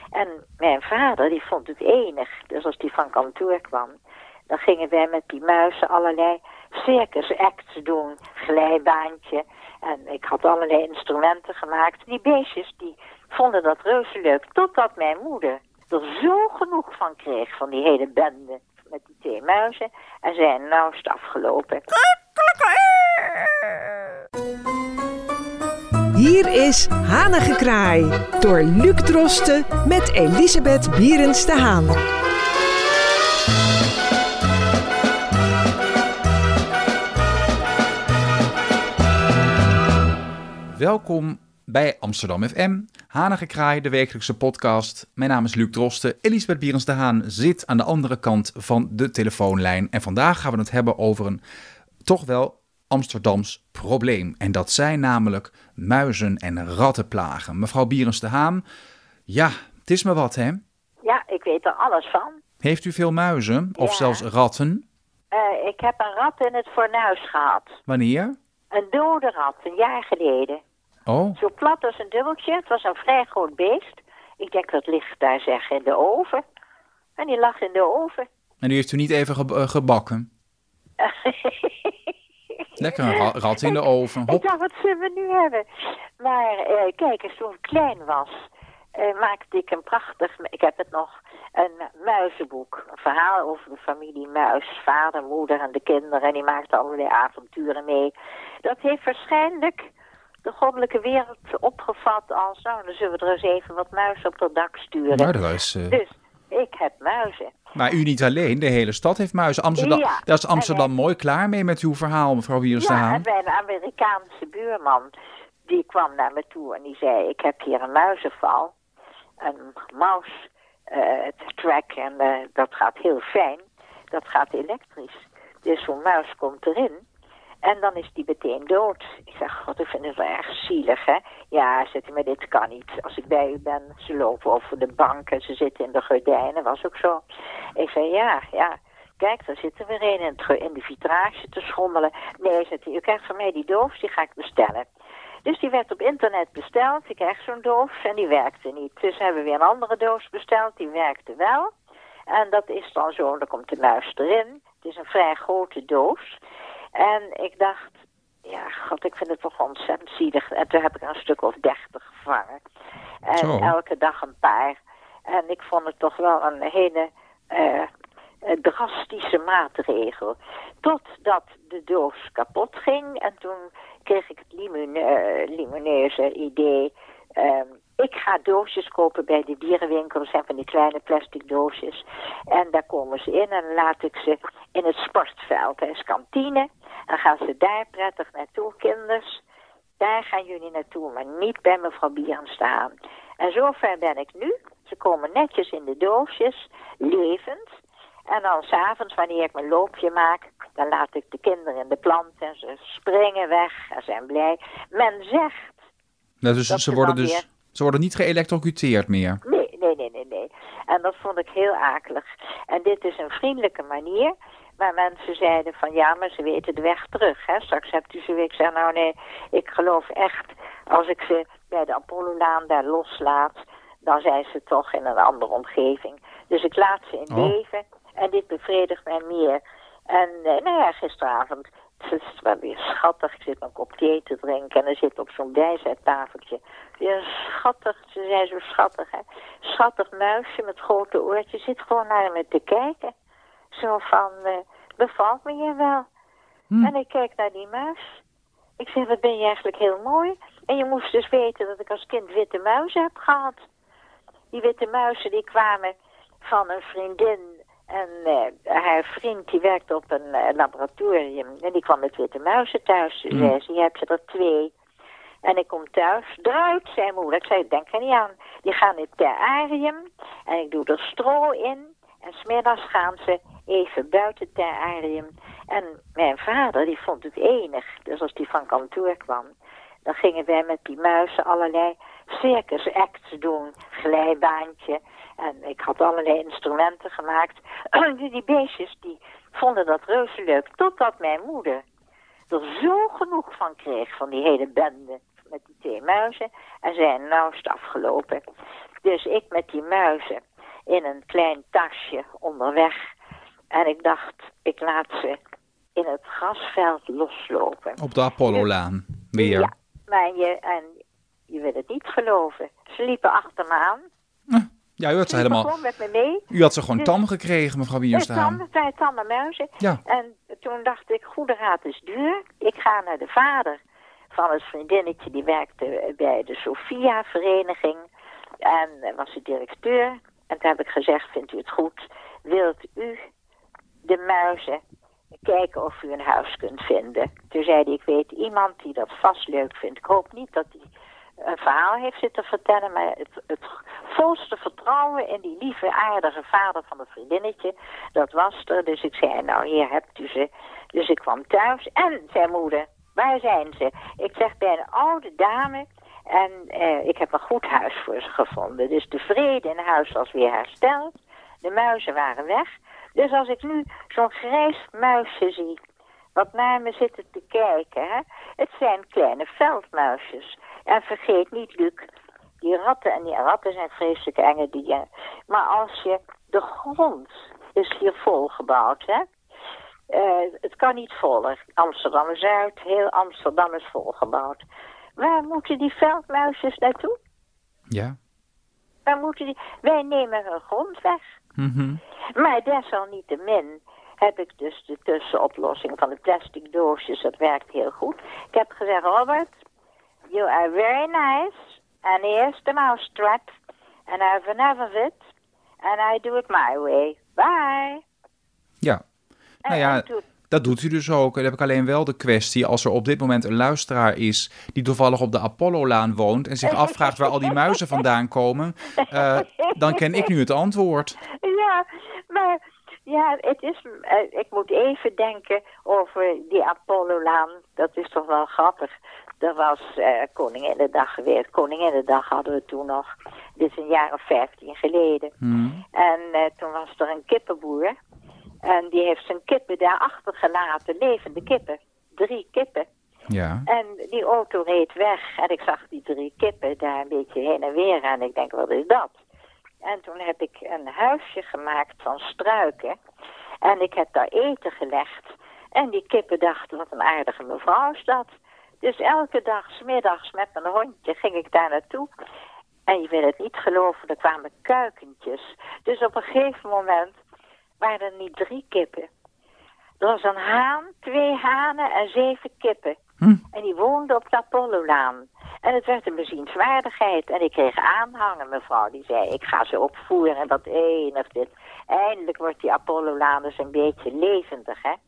En mijn vader, die vond het enig. Dus als die van kantoor kwam, dan gingen wij met die muizen allerlei circus acts doen. Glijbaantje. En ik had allerlei instrumenten gemaakt. Die beestjes, die vonden dat reuze leuk. Totdat mijn moeder er zo genoeg van kreeg, van die hele bende met die 2 muizen. En zei, nou is het afgelopen. Hier is Hanengekraai door Luc Drosten met Elisabeth Bierens de Haan. Welkom bij Amsterdam FM, Hanengekraai, de wekelijkse podcast. Mijn naam is Luc Drosten. Elisabeth Bierens de Haan zit aan de andere kant van de telefoonlijn. En vandaag gaan we het hebben over een toch wel Amsterdams probleem. En dat zijn namelijk muizen- en rattenplagen. Mevrouw Bierens de Haan, ja, het is maar wat, hè? Ja, ik weet er alles van. Heeft u veel muizen of zelfs ratten? Ik heb een rat in het fornuis gehad. Wanneer? Een dode rat, een jaar geleden. Oh, Zo plat als een dubbeltje. Het was een vrij groot beest. Ik denk dat ligt daar zeg in de oven. En die lag in de oven. en u heeft u niet even gebakken? Lekker een rat in de oven. Ik Hop. dacht, wat zullen we nu hebben? Maar kijk, als toen ik klein was, maakte ik een prachtig... Ik heb het nog, een muizenboek. Een verhaal over de familie Muis. Vader, moeder en de kinderen. En die maakten allerlei avonturen mee. Dat heeft waarschijnlijk de goddelijke wereld opgevat als... Nou, dan zullen we er eens even wat muizen op het dak sturen. Nou, dat is, Dus ik heb muizen. Maar u niet alleen, de hele stad heeft muizen. Amsterdam, Ja, daar is Amsterdam en mooi klaar mee met uw verhaal, mevrouw Bierens de Ja, Haan. en mijn Amerikaanse buurman, die kwam naar me toe en die zei... Ik heb hier een muizenval, een mouse track en dat gaat heel fijn. Dat gaat elektrisch. Dus zo'n muis komt erin en dan is die meteen dood. Ik zeg, god, ik vind het wel erg zielig, hè. Ja, zegt hij, maar dit kan niet. Als ik bij u ben, ze lopen over de banken, ze zitten in de gordijnen, was ook zo. Ik zei, ja. Kijk, daar zitten we weer in de vitrage te schommelen. Nee, zegt hij, u krijgt van mij die doos, die ga ik bestellen. Dus die werd op internet besteld. Ik krijg zo'n doos en die werkte niet. Dus hebben we weer een andere doos besteld, die werkte wel. En dat is dan zo, dan komt de muis erin. Het is een vrij grote doos. En ik dacht, ja, god, ik vind het toch ontzettend zielig. En toen heb ik er een stuk of 30 gevangen. En Zo. elke dag een paar. En ik vond het toch wel een hele... drastische maatregel. Totdat de doos kapot ging en toen kreeg ik het lumineuze idee. Ik ga doosjes kopen bij de dierenwinkel. Dat zijn van die kleine plastic doosjes. En daar komen ze in en dan laat ik ze in het sportveld. Er is kantine. En gaan ze daar prettig naartoe, kinders. Daar gaan jullie naartoe, maar niet bij mevrouw Bierens te Haan. En zover ben ik nu. Ze komen netjes in de doosjes, levend. En dan 's avonds, wanneer ik mijn loopje maak, dan laat ik de kinderen in de plant en ze springen weg en zijn blij. Men zegt... Nou, dus dat ze ze worden niet geëlektrocuteerd meer. Nee. En dat vond ik heel akelig. En dit is een vriendelijke manier. Maar mensen zeiden van ja, maar ze weten de weg terug. Hè? Straks hebt u ze weer. Ik zeg nou nee, ik geloof echt als ik ze bij de Apollolaan daar loslaat, dan zijn ze toch in een andere omgeving. Dus ik laat ze in leven en dit bevredigt mij meer. En nou ja, gisteravond, het is wel weer schattig. Ik zit een kop thee te drinken en er zit op zo'n bijzettafeltje. Weer schattig, ze zijn zo schattig, hè. Schattig muisje met grote oortjes zit gewoon naar me te kijken. Zo van, bevalt me je wel? En ik kijk naar die muis. Ik zeg, wat ben je eigenlijk heel mooi. En je moest dus weten dat ik als kind witte muizen heb gehad. Die witte muizen die kwamen van een vriendin. En haar vriend die werkte op een laboratorium. En die kwam met witte muizen thuis. Ze zei, je hebt er 2. En ik kom thuis. Eruit, zei moeder. Ik zei, denk er niet aan. Die gaan in het terrarium. En ik doe er stro in. En 's middags gaan ze even buiten het terrarium. En mijn vader, die vond het enig. Dus als die van kantoor kwam, dan gingen wij met die muizen allerlei circus acts doen. Glijbaantje. En ik had allerlei instrumenten gemaakt. Die beestjes, die vonden dat reuze leuk. Totdat mijn moeder er zo genoeg van kreeg, van die hele bende met die 2 muizen. En zei, nou is het afgelopen. Dus ik met die muizen in een klein tasje onderweg. En ik dacht, ik laat ze in het grasveld loslopen. Op de Apollo-laan, weer. Ja, maar je wil het niet geloven. Ze liepen achter me aan. Ja, u had ze helemaal... Gewoon met me mee. U had ze gewoon tam gekregen, mevrouw Bierenstaan. Tamme muizen. Ja. En toen dacht ik, goede raad is duur. Ik ga naar de vader van het vriendinnetje. Die werkte bij de Sophia-vereniging. En was de directeur. En toen heb ik gezegd, vindt u het goed? Wilt u de muizen kijken of u een huis kunt vinden? Toen zei hij, ik weet iemand die dat vast leuk vindt. Ik hoop niet dat hij een verhaal heeft zitten vertellen, maar het volste vertrouwen in die lieve, aardige vader van het vriendinnetje, dat was er. Dus ik zei, nou, hier hebt u ze. Dus ik kwam thuis en zei moeder, waar zijn ze? Ik zeg, bij een oude dame en ik heb een goed huis voor ze gevonden. Dus de vrede in huis was weer hersteld. De muizen waren weg. Dus als ik nu zo'n grijs muisje zie, wat naar me zitten te kijken, hè? Het zijn kleine veldmuisjes. En vergeet niet, Luc, die ratten zijn vreselijke enge dieren. Maar als je, de grond is hier volgebouwd, hè? Het kan niet voller. Amsterdam-Zuid, heel Amsterdam is volgebouwd. Waar moeten die veldmuisjes naartoe? Ja. Waar moeten die? Wij nemen hun grond weg. Mm-hmm. Maar desalniettemin heb ik dus de tussenoplossing van de plastic doosjes. Dat werkt heel goed. Ik heb gezegd, Robert, you are very nice. And here's the mousetrap. And I have enough of it. And I do it my way. Bye. Ja. Nou ja, dat doet u dus ook. Dan heb ik alleen wel de kwestie, als er op dit moment een luisteraar is die toevallig op de Apollo-laan woont en zich afvraagt waar al die muizen vandaan komen, dan ken ik nu het antwoord. Ja, maar ja, het is, ik moet even denken over die Apollo-laan. Dat is toch wel grappig. Er was Koninginnedag geweest. Koninginnedag hadden we toen nog. Dit is een jaar of 15 geleden. En toen was er een kippenboer. En die heeft zijn kippen daar achtergelaten, levende kippen. 3 kippen. Ja. En die auto reed weg en ik zag die 3 kippen daar een beetje heen en weer en ik denk, wat is dat? En toen heb ik een huisje gemaakt van struiken en ik heb daar eten gelegd. En die kippen dachten, wat een aardige mevrouw is dat. Dus elke dag, 's middags met mijn hondje, ging ik daar naartoe. En je wil het niet geloven, er kwamen kuikentjes. Dus op een gegeven moment waren er niet 3 kippen. Er was een haan, 2 hanen en 7 kippen. En die woonden op de Apollo-laan. En het werd een bezienswaardigheid. En ik kreeg aanhangen, mevrouw. Die zei, ik ga ze opvoeren en dat of dit. Eindelijk wordt die Apollo-laan dus een beetje levendig, hè.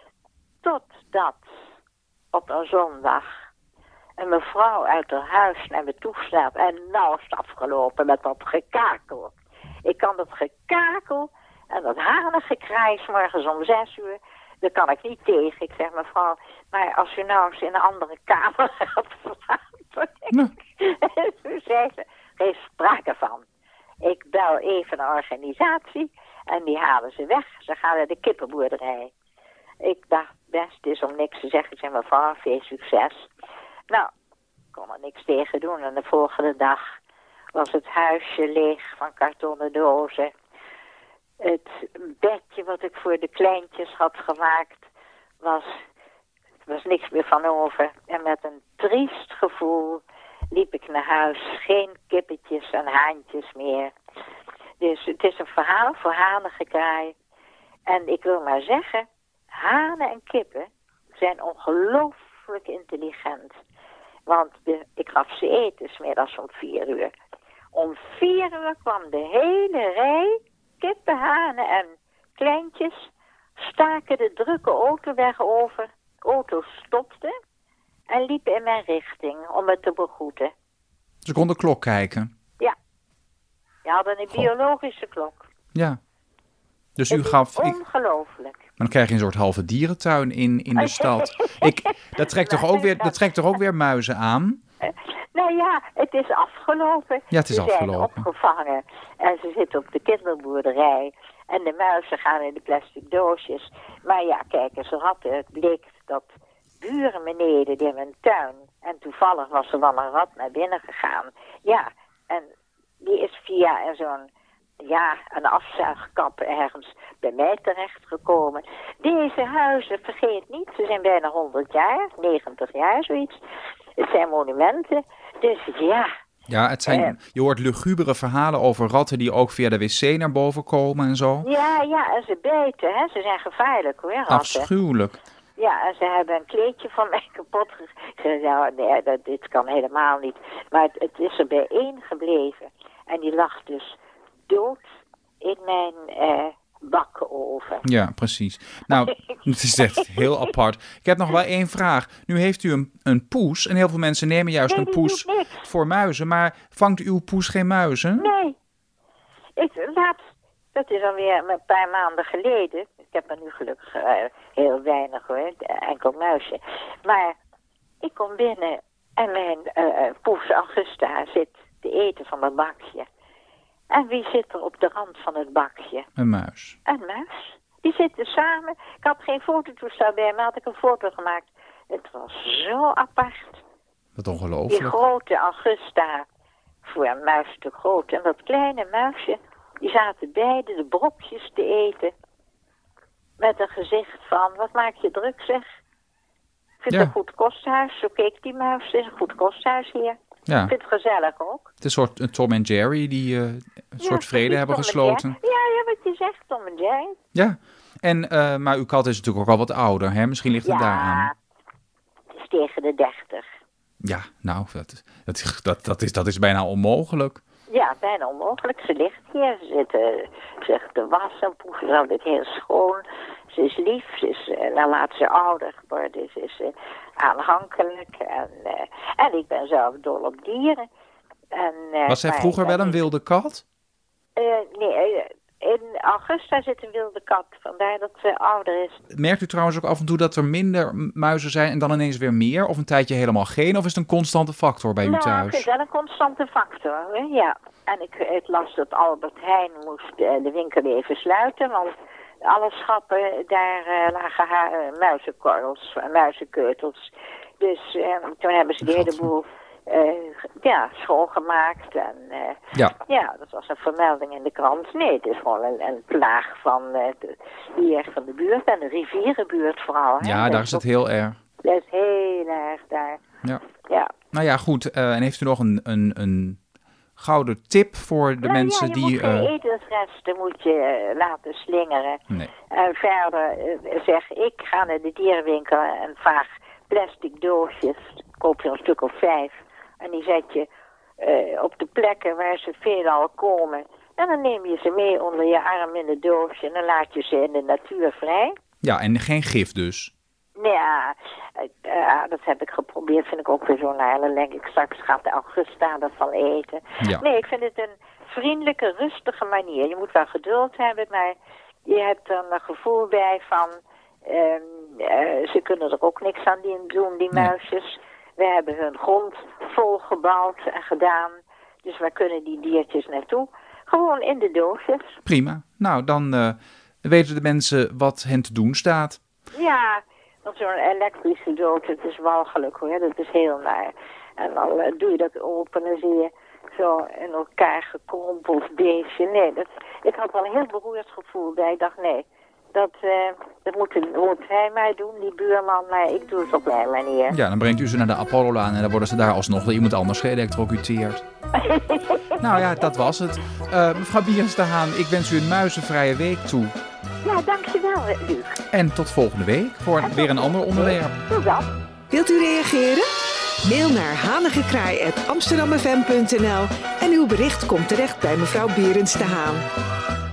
Totdat op een zondag een mevrouw uit haar huis naar me toe staat. En nou is het afgelopen met dat gekakel. Ik kan dat gekakel en dat hanengekraai 's morgens om 6 uur, daar kan ik niet tegen. Ik zeg, mevrouw, maar als u nou eens in een andere kamer gaat slapen. Toen zei ze, geen sprake van. Ik bel even een organisatie en die halen ze weg. Ze gaan naar de kippenboerderij. Ik dacht, best is om niks te zeggen. Ik zeg, mevrouw, veel succes. Nou, ik kon er niks tegen doen. En de volgende dag was het huisje leeg van kartonnen dozen. Het bedje wat ik voor de kleintjes had gemaakt, er was niks meer van over. En met een triest gevoel liep ik naar huis. Geen kippetjes en haantjes meer. Dus het is een verhaal voor hanengekraai. En ik wil maar zeggen, hanen en kippen zijn ongelooflijk intelligent. Want ik gaf ze eten 's middags om 4 uur. Om 4 uur kwam de hele rij kippen, hanen en kleintjes, staken de drukke autoweg over. Auto's stopten en liepen in mijn richting om me te begroeten. Ze konden klok kijken. Ja. Je had een biologische klok. Ja. Dus Het u is gaf... ongelooflijk. Maar dan krijg je een soort halve dierentuin in de stad. Dat trekt toch ook weer muizen aan? Nou ja, het is afgelopen. Ja, het is afgelopen. Ze zijn opgevangen en ze zitten op de kinderboerderij. En de muizen gaan in de plastic doosjes. Maar ja, kijk eens, ratten. Het bleek dat buren beneden, die hebben een tuin. En toevallig was er wel een rat naar binnen gegaan. Ja, en die is via een afzuigkap ergens bij mij terechtgekomen. Deze huizen, vergeet niet, ze zijn bijna 100 jaar, 90 jaar zoiets. Het zijn monumenten, dus ja. Ja, je hoort lugubere verhalen over ratten die ook via de wc naar boven komen en zo. Ja, en ze bijten, hè. Ze zijn gevaarlijk hoor, ratten. Afschuwelijk. Ja, en ze hebben een kleedje van mij kapot gegeven. Ik zei, nou, nee, dit kan helemaal niet. Maar het is er bijeen gebleven. En die lag dus dood in mijn bakkenoven. Ja, precies. Nou, het is echt heel apart. Ik heb nog wel 1 vraag. Nu heeft u een poes en heel veel mensen nemen juist een poes voor muizen. Maar vangt uw poes geen muizen? Nee. Dat is alweer een paar maanden geleden. Ik heb er nu gelukkig heel weinig hoor, enkel muisje. Maar ik kom binnen en mijn poes Augusta zit te eten van het bakje. En wie zit er op de rand van het bakje? Een muis. Een muis. Die zitten samen. Ik had geen fototoestel bij me, had ik een foto gemaakt. Het was zo apart. Wat ongelooflijk. Die grote Augusta, voor een muis te groot. En dat kleine muisje, die zaten beide de brokjes te eten. Met een gezicht van, wat maak je druk zeg. Ik vind het een goed kosthuis. Zo keek die muis. Het is een goed kosthuis hier. Ja. Ik vind het gezellig ook. Het is een soort Tom en Jerry die een soort vrede hebben gesloten. Ja, wat je zegt, Tom en Jerry. Ja, maar uw kat is natuurlijk ook al wat ouder, hè? Misschien ligt het daaraan. Ja, het is tegen de 30. Ja, nou, dat is bijna onmogelijk. Ja, bijna onmogelijk. Ze ligt hier, ze zit zich te wassen, poes is altijd heel schoon. Ze is lief, ze is, naarmate ze ouder worden, ze is aanhankelijk. En ik ben zelf dol op dieren. Was zij vroeger wel een wilde kat? Nee, in Augusta zit een wilde kat, vandaar dat ze ouder is. Merkt u trouwens ook af en toe dat er minder muizen zijn en dan ineens weer meer? Of een tijdje helemaal geen? Of is het een constante factor bij u thuis? Nou, het is wel een constante factor, hè? Ja. En ik las dat Albert Heijn moest de winkel even sluiten, want alle schappen, daar lagen muizenkorrels, muizenkeutels. Dus toen hebben ze de hele boel schoongemaakt. En dat was een vermelding in de krant. Nee, het is gewoon een plaag van hier van de buurt en de rivierenbuurt vooral. Hè? Ja, daar is het heel erg. Dat is heel erg daar. Ja. Nou ja, goed. En heeft u nog een gouden tip voor de mensen die... je moet geen etensresten moet je laten slingeren. Nee. En verder zeg ik, ga naar de dierenwinkel en vraag plastic doosjes. Koop je een stuk of 5. En die zet je op de plekken waar ze veelal komen. En dan neem je ze mee onder je arm in het doosje. En dan laat je ze in de natuur vrij. Ja, en geen gif dus. Ja, dat heb ik geprobeerd. Vind ik ook weer zo naar. Dan denk ik, straks gaat de Augusta ervan eten. Ja. Nee, ik vind het een vriendelijke, rustige manier. Je moet wel geduld hebben, maar je hebt er een gevoel bij van... ze kunnen er ook niks aan doen, die muisjes. We hebben hun grond volgebouwd en gedaan. Dus waar kunnen die diertjes naartoe? Gewoon in de doosjes. Prima. Nou, dan weten de mensen wat hen te doen staat. Ja, want zo'n elektrische doos, het is walgelijk hoor. Dat is heel naar. En dan doe je dat open en zie je zo in elkaar gekrompeld beestje. Nee, ik had wel een heel beroerd gevoel bij. Ik dacht, nee, dat moet hij mij doen, die buurman. Maar ik doe het op mijn manier. Ja, dan brengt u ze naar de Apollo-laan en dan worden ze daar alsnog door iemand anders geëlektrocuteerd. Nou ja, dat was het. Mevrouw Bierens de Haan, ik wens u een muizenvrije week toe. Ja, dankjewel, Luc. En tot volgende week voor weer een ander onderwerp. Tot dan. Wilt u reageren? Mail naar hanigekraai@amsterdamfm.nl en uw bericht komt terecht bij mevrouw Bierens de Haan.